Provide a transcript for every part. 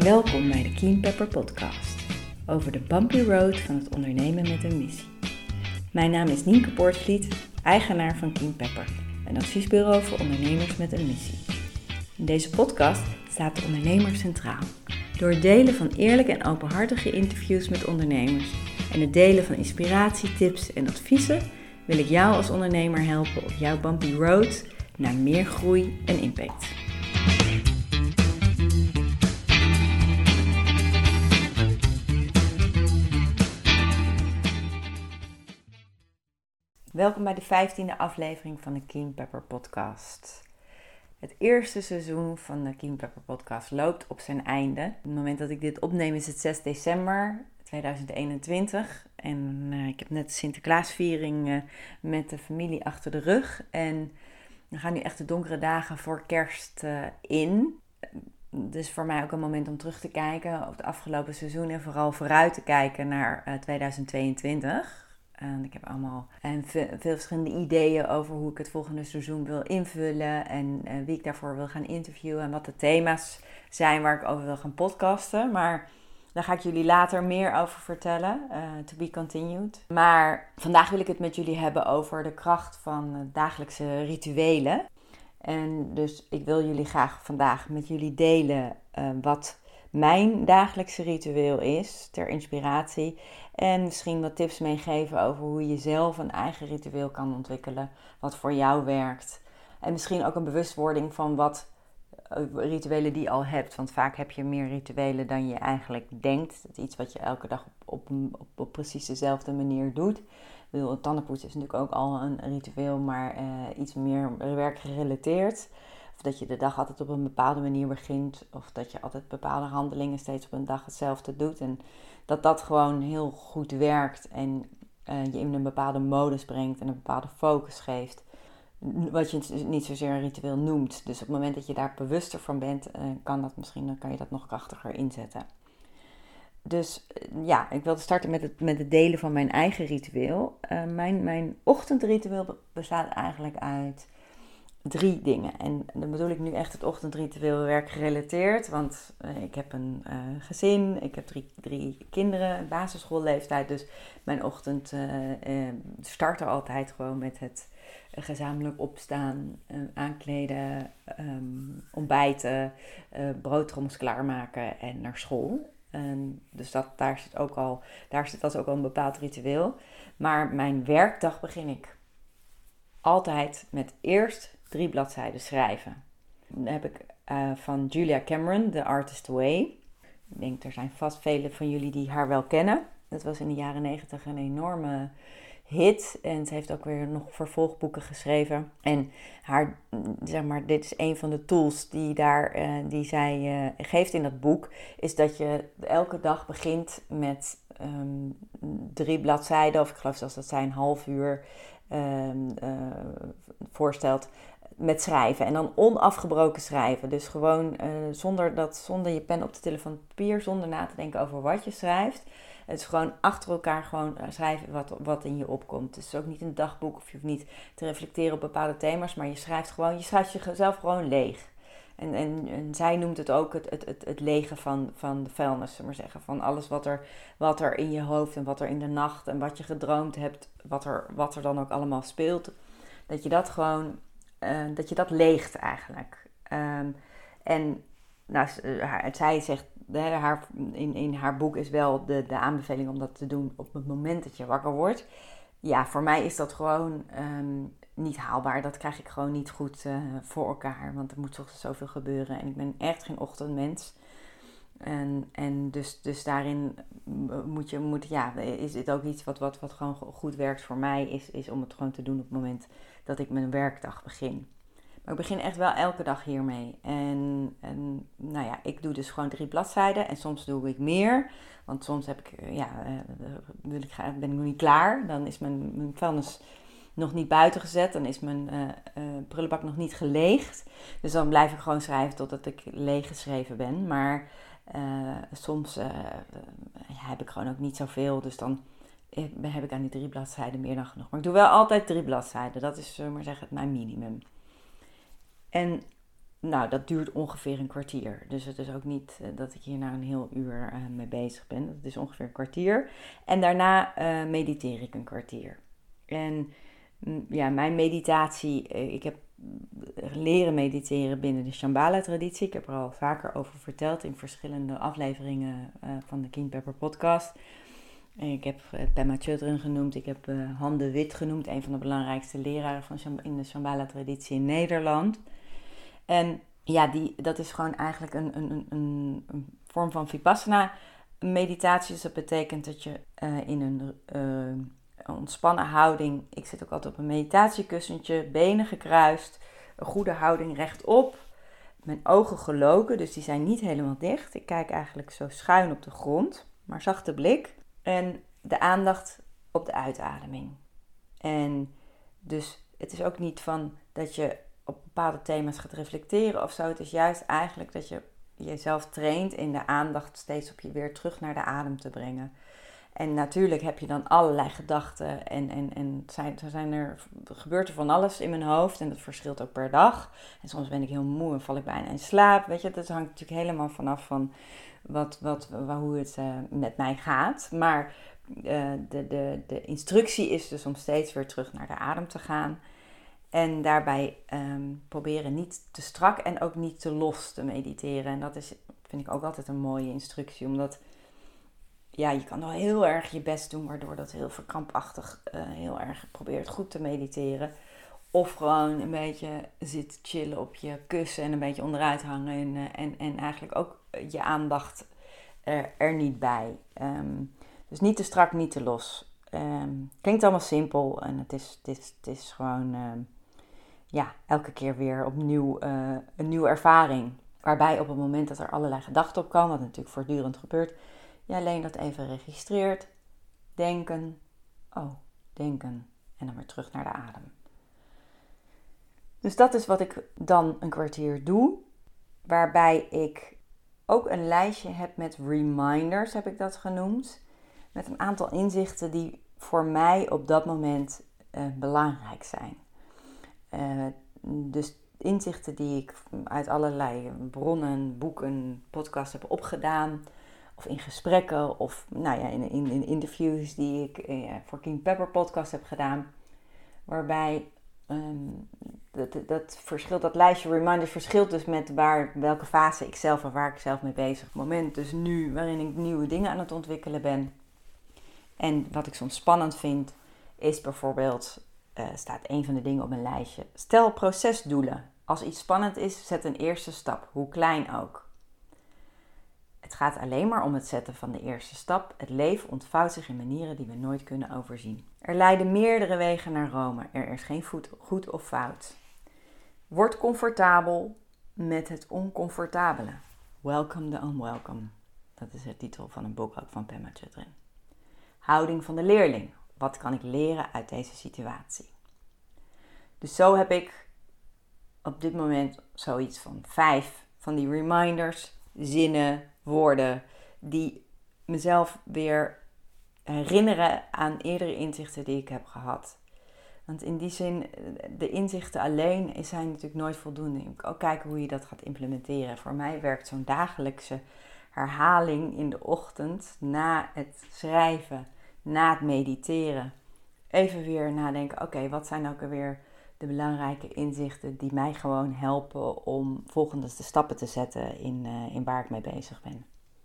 Welkom bij de Keen Pepper podcast, over de bumpy road van het ondernemen met een missie. Mijn naam is Nienke Poortvliet, eigenaar van Keen Pepper, een adviesbureau voor ondernemers met een missie. In deze podcast staat de ondernemer centraal. Door het delen van eerlijke en openhartige interviews met ondernemers en het delen van inspiratie, tips en adviezen wil ik jou als ondernemer helpen op jouw bumpy road naar meer groei en impact. Welkom bij de 15e aflevering van de Keen Pepper podcast. Het eerste seizoen van de Keen Pepper podcast loopt op zijn einde. Op het moment dat ik dit opneem is het 6 december 2021. En ik heb net de Sinterklaasviering met de familie achter de rug. En we gaan nu echt de donkere dagen voor kerst in. Dus voor mij ook een moment om terug te kijken op het afgelopen seizoen en vooral vooruit te kijken naar 2022. Ik heb allemaal veel verschillende ideeën over hoe ik het volgende seizoen wil invullen en wie ik daarvoor wil gaan interviewen en wat de thema's zijn waar ik over wil gaan podcasten. Maar daar ga ik jullie later meer over vertellen, to be continued. Maar vandaag wil ik het met jullie hebben over de kracht van dagelijkse rituelen. En dus ik wil jullie graag vandaag met jullie delen wat mijn dagelijkse ritueel is, ter inspiratie. En misschien wat tips meegeven over hoe je zelf een eigen ritueel kan ontwikkelen, wat voor jou werkt. En misschien ook een bewustwording van wat rituelen die je al hebt. Want vaak heb je meer rituelen dan je eigenlijk denkt. Dat is iets wat je elke dag op precies dezelfde manier doet. Tandenpoetsen is natuurlijk ook al een ritueel, maar iets meer werkgerelateerd. Of dat je de dag altijd op een bepaalde manier begint. Of dat je altijd bepaalde handelingen steeds op een dag hetzelfde doet. En dat gewoon heel goed werkt en je in een bepaalde modus brengt en een bepaalde focus geeft. Wat je niet zozeer een ritueel noemt. Dus op het moment dat je daar bewuster van bent, dan kan je dat nog krachtiger inzetten. Dus ik wilde starten met het delen van mijn eigen ritueel. Mijn ochtendritueel bestaat eigenlijk uit 3 dingen. En dan bedoel ik nu echt het ochtendritueel werkgerelateerd. Want ik heb een gezin, ik heb drie kinderen, basisschoolleeftijd. Dus mijn ochtend start er altijd gewoon met het gezamenlijk opstaan, aankleden, ontbijten, broodtrommels klaarmaken en naar school. Dus dat is ook al een bepaald ritueel. Maar mijn werkdag begin ik altijd met eerst 3 bladzijden schrijven. Dan heb ik van Julia Cameron, The Artist Way. Ik denk, er zijn vast velen van jullie die haar wel kennen. Dat was in de jaren 90 een enorme hit. En ze heeft ook weer nog vervolgboeken geschreven. En dit is een van de tools die zij geeft in dat boek. Is dat je elke dag begint met 3 bladzijden. Of ik geloof zelfs dat zij een half uur voorstelt met schrijven. En dan onafgebroken schrijven. Dus gewoon zonder je pen op de telefoon papier, zonder na te denken over wat je schrijft. Het is gewoon achter elkaar gewoon schrijven wat in je opkomt. Het is ook niet een dagboek of je hoeft niet te reflecteren op bepaalde thema's, maar je schrijft jezelf gewoon leeg. En zij noemt het ook het legen van de vuilnis, zullen we maar zeggen. Van alles wat er in je hoofd en wat er in de nacht en wat je gedroomd hebt, wat er dan ook allemaal speelt. Dat je dat gewoon, dat je dat leegt eigenlijk. Zij zegt, in haar boek is wel de aanbeveling om dat te doen op het moment dat je wakker wordt. Ja, voor mij is dat gewoon niet haalbaar. Dat krijg ik gewoon niet goed voor elkaar. Want er moet toch zoveel gebeuren. En ik ben echt geen ochtendmens. En dus daarin is dit ook iets wat gewoon goed werkt voor mij. Is om het gewoon te doen op het moment dat ik mijn werkdag begin. Maar ik begin echt wel elke dag hiermee. En ik doe dus gewoon 3 bladzijden. En soms doe ik meer. Want soms ben ik nog niet klaar. Dan is mijn vuilnis nog niet buiten gezet. Dan is mijn prullenbak nog niet geleegd. Dus dan blijf ik gewoon schrijven totdat ik leeg geschreven ben. Maar soms heb ik gewoon ook niet zoveel. Dus dan heb ik aan die 3 bladzijden meer dan genoeg. Maar ik doe wel altijd 3 bladzijden. Dat is, zullen we maar zeggen, mijn minimum. En Nou, dat duurt ongeveer een kwartier. Dus het is ook niet dat ik hier nou een heel uur mee bezig ben. Het is ongeveer een kwartier. En daarna mediteer ik een kwartier. En ja, mijn meditatie, ik heb leren mediteren binnen de Shambhala-traditie. Ik heb er al vaker over verteld in verschillende afleveringen van de King Pepper podcast. Ik heb Pema Chodron genoemd, ik heb Han de Wit genoemd, een van de belangrijkste leraren in de Shambhala-traditie in Nederland. En ja, dat is gewoon eigenlijk een vorm van Vipassana meditatie. Dus dat betekent dat je in een ontspannen houding, ik zit ook altijd op een meditatiekussentje, benen gekruist, een goede houding rechtop, mijn ogen geloken, dus die zijn niet helemaal dicht. Ik kijk eigenlijk zo schuin op de grond, maar zachte blik. En de aandacht op de uitademing. En dus het is ook niet van dat je op bepaalde thema's gaat reflecteren of zo. Het is juist eigenlijk dat je jezelf traint in de aandacht steeds op je weer terug naar de adem te brengen. En natuurlijk heb je dan allerlei gedachten en gebeurt er van alles in mijn hoofd en dat verschilt ook per dag. En soms ben ik heel moe en val ik bijna in slaap. Weet je, dat hangt natuurlijk helemaal vanaf van hoe het met mij gaat. Maar de instructie is dus om steeds weer terug naar de adem te gaan. En daarbij proberen niet te strak en ook niet te los te mediteren. En dat vind ik ook altijd een mooie instructie. Omdat ja, je kan wel heel erg je best doen, waardoor dat heel verkrampachtig heel erg probeert goed te mediteren. Of gewoon een beetje zit chillen op je kussen en een beetje onderuit hangen. En eigenlijk ook je aandacht er niet bij. Dus niet te strak, niet te los. Klinkt allemaal simpel en het is gewoon elke keer weer opnieuw een nieuwe ervaring. Waarbij op het moment dat er allerlei gedachten opkomen, wat natuurlijk voortdurend gebeurt, je alleen dat even registreert. Denken. En dan weer terug naar de adem. Dus dat is wat ik dan een kwartier doe. Waarbij ik ook een lijstje heb met reminders, heb ik dat genoemd. Met een aantal inzichten die voor mij op dat moment belangrijk zijn. Dus inzichten die ik uit allerlei bronnen, boeken, podcasts heb opgedaan. Of in gesprekken of in interviews die ik voor King Pepper podcast heb gedaan. Waarbij dat lijstje reminders verschilt dus met welke fase ik zelf en waar ik zelf mee bezig ben. Het moment dus nu waarin ik nieuwe dingen aan het ontwikkelen ben. En wat ik soms spannend vind is bijvoorbeeld, staat een van de dingen op mijn lijstje. Stel procesdoelen. Als iets spannend is, zet een eerste stap, hoe klein ook. Het gaat alleen maar om het zetten van de eerste stap. Het leven ontvouwt zich in manieren die we nooit kunnen overzien. Er leiden meerdere wegen naar Rome. Er is geen goed of fout. Word comfortabel met het oncomfortabele. Welcome the unwelcome. Dat is de titel van een boek ook van Pema Chodron. Houding van de leerling. Wat kan ik leren uit deze situatie? Dus zo heb ik op dit moment zoiets van 5 van die reminders, zinnen, woorden die mezelf weer herinneren aan eerdere inzichten die ik heb gehad. Want in die zin, de inzichten alleen zijn natuurlijk nooit voldoende. Je moet ook kijken hoe je dat gaat implementeren. Voor mij werkt zo'n dagelijkse herhaling in de ochtend, na het schrijven, na het mediteren. Even weer nadenken, oké, wat zijn ook alweer de belangrijke inzichten die mij gewoon helpen om volgende stappen te zetten in waar ik mee bezig ben.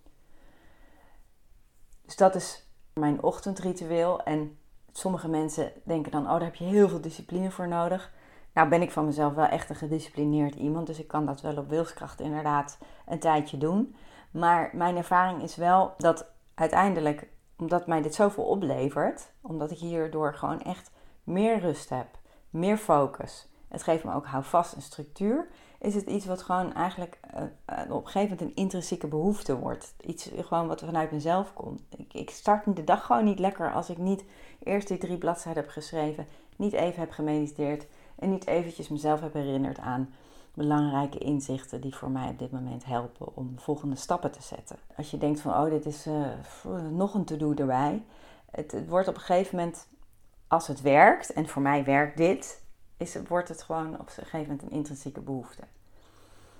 Dus dat is mijn ochtendritueel. En sommige mensen denken dan, daar heb je heel veel discipline voor nodig. Nou ben ik van mezelf wel echt een gedisciplineerd iemand, dus ik kan dat wel op wilskracht inderdaad een tijdje doen. Maar mijn ervaring is wel dat uiteindelijk, omdat mij dit zoveel oplevert, omdat ik hierdoor gewoon echt meer rust heb, meer focus. Het geeft me ook houvast en structuur. Is het iets wat gewoon eigenlijk op een gegeven moment een intrinsieke behoefte wordt. Iets gewoon wat vanuit mezelf komt. Ik start de dag gewoon niet lekker als ik niet eerst die 3 bladzijden heb geschreven, niet even heb gemediteerd en niet eventjes mezelf heb herinnerd aan belangrijke inzichten die voor mij op dit moment helpen om volgende stappen te zetten. Als je denkt van, dit is nog een to-do erbij. Het wordt op een gegeven moment, als het werkt, en voor mij werkt dit, wordt het gewoon op een gegeven moment een intrinsieke behoefte.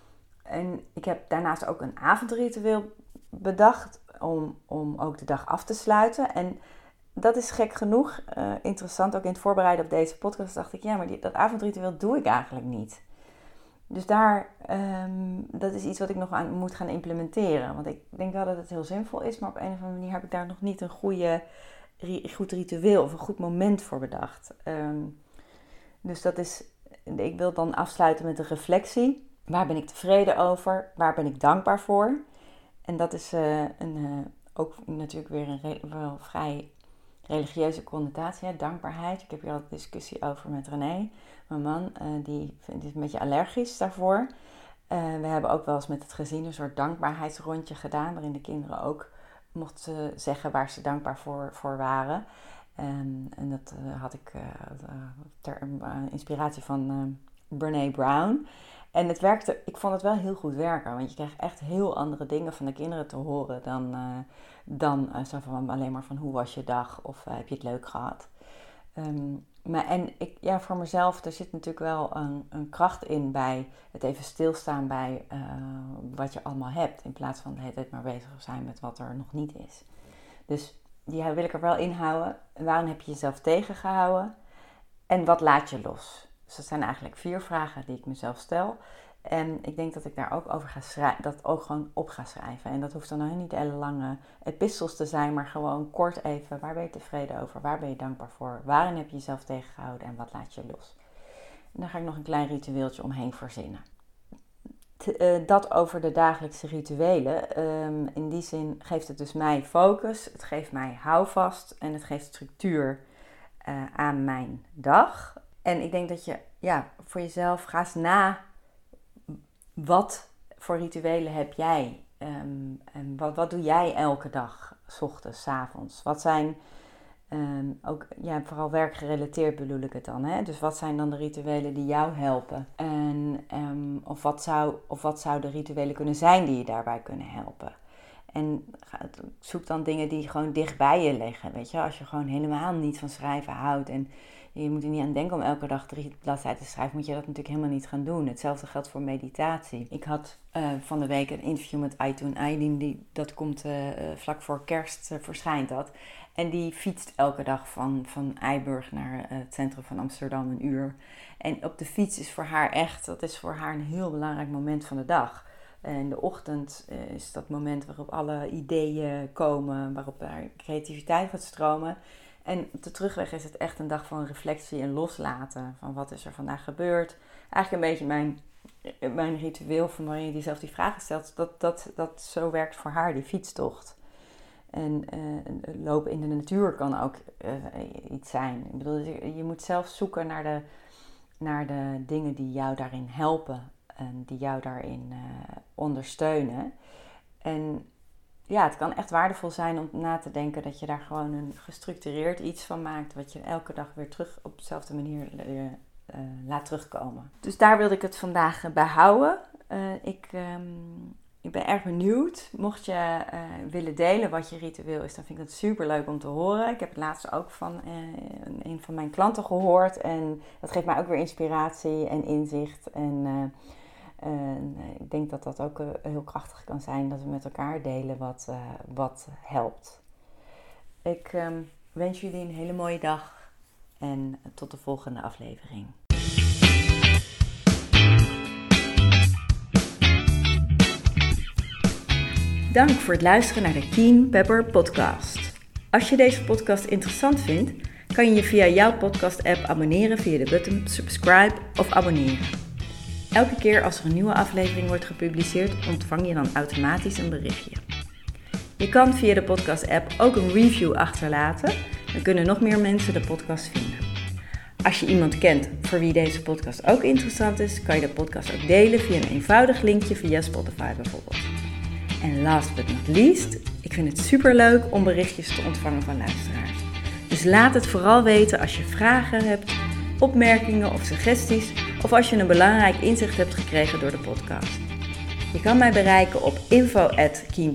En ik heb daarnaast ook een avondritueel bedacht om ook de dag af te sluiten. En dat is gek genoeg interessant. Ook in het voorbereiden op deze podcast dacht ik, ja, maar dat avondritueel doe ik eigenlijk niet. Dus dat is iets wat ik nog aan moet gaan implementeren. Want ik denk wel dat het heel zinvol is, maar op een of andere manier heb ik daar nog niet een goed ritueel of een goed moment voor bedacht. Dus ik wil dan afsluiten met een reflectie. Waar ben ik tevreden over? Waar ben ik dankbaar voor? En dat is ook natuurlijk weer een wel vrij religieuze connotatie, hè? Dankbaarheid. Ik heb hier al een discussie over met René, mijn man. Die is een beetje allergisch daarvoor. We hebben ook wel eens met het gezin een soort dankbaarheidsrondje gedaan, waarin de kinderen ook mochten zeggen waar ze dankbaar voor waren. En dat had ik ter inspiratie van Brené Brown. En het werkte, ik vond het wel heel goed werken, want je krijgt echt heel andere dingen van de kinderen te horen dan zo van alleen maar van hoe was je dag of heb je het leuk gehad. Voor mezelf, er zit natuurlijk wel een kracht in bij het even stilstaan bij wat je allemaal hebt, in plaats van de hele tijd maar bezig zijn met wat er nog niet is. Dus die wil ik er wel in houden. Waarom heb je jezelf tegengehouden? En wat laat je los? Dus dat zijn eigenlijk 4 vragen die ik mezelf stel. En ik denk dat ik daar ook over ga schrijven, dat ook gewoon op ga schrijven. En dat hoeft dan nog niet hele lange epistels te zijn, maar gewoon kort even. Waar ben je tevreden over? Waar ben je dankbaar voor? Waarin heb je jezelf tegengehouden en wat laat je los? En daar ga ik nog een klein ritueeltje omheen verzinnen. Dat over de dagelijkse rituelen. In die zin geeft het dus mij focus, het geeft mij houvast en het geeft structuur aan mijn dag. En ik denk dat je voor jezelf ga eens na, wat voor rituelen heb jij? En wat doe jij elke dag, 's ochtends, 's avonds? Wat zijn, vooral werkgerelateerd bedoel ik het dan, hè? Dus wat zijn dan de rituelen die jou helpen? Of wat zouden rituelen kunnen zijn die je daarbij kunnen helpen? En zoek dan dingen die gewoon dicht bij je liggen, weet je? Als je gewoon helemaal niet van schrijven houdt en je moet er niet aan denken om elke dag 3 bladzijden te schrijven, moet je dat natuurlijk helemaal niet gaan doen. Hetzelfde geldt voor meditatie. Ik had van de week een interview met Aytun Aydin, dat komt vlak voor kerst, verschijnt dat. En die fietst elke dag van Eiburg naar het centrum van Amsterdam 1 uur. En op de fiets is voor haar een heel belangrijk moment van de dag. En de ochtend is dat moment waarop alle ideeën komen, waarop haar creativiteit gaat stromen. En op de terugweg is het echt een dag van reflectie en loslaten. Van wat is er vandaag gebeurd. Eigenlijk een beetje mijn ritueel van wanneer je zelf die vragen stelt. Dat zo werkt voor haar, die fietstocht. En lopen in de natuur kan ook iets zijn. Ik bedoel, je moet zelf zoeken naar de dingen die jou daarin helpen. En die jou daarin ondersteunen. En ja, het kan echt waardevol zijn om na te denken dat je daar gewoon een gestructureerd iets van maakt, wat je elke dag weer terug op dezelfde manier laat terugkomen. Dus daar wilde ik het vandaag bij houden. Ik ben erg benieuwd. Mocht je willen delen wat je ritueel is, dan vind ik het super leuk om te horen. Ik heb het laatst ook van een van mijn klanten gehoord. En dat geeft mij ook weer inspiratie en inzicht. En ik denk dat dat ook heel krachtig kan zijn, dat we met elkaar delen wat helpt. Ik wens jullie een hele mooie dag en tot de volgende aflevering. Dank voor het luisteren naar de Keen Pepper podcast. Als je deze podcast interessant vindt, kan je je via jouw podcast-app abonneren via de button subscribe of abonneren. Elke keer als er een nieuwe aflevering wordt gepubliceerd, ontvang je dan automatisch een berichtje. Je kan via de podcast-app ook een review achterlaten, dan kunnen nog meer mensen de podcast vinden. Als je iemand kent voor wie deze podcast ook interessant is, kan je de podcast ook delen via een eenvoudig linkje via Spotify bijvoorbeeld. En last but not least, ik vind het superleuk om berichtjes te ontvangen van luisteraars. Dus laat het vooral weten als je vragen hebt, opmerkingen of suggesties, of als je een belangrijk inzicht hebt gekregen door de podcast. Je kan mij bereiken op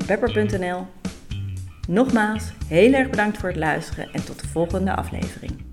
info@keenpepper.nl. Nogmaals, heel erg bedankt voor het luisteren en tot de volgende aflevering.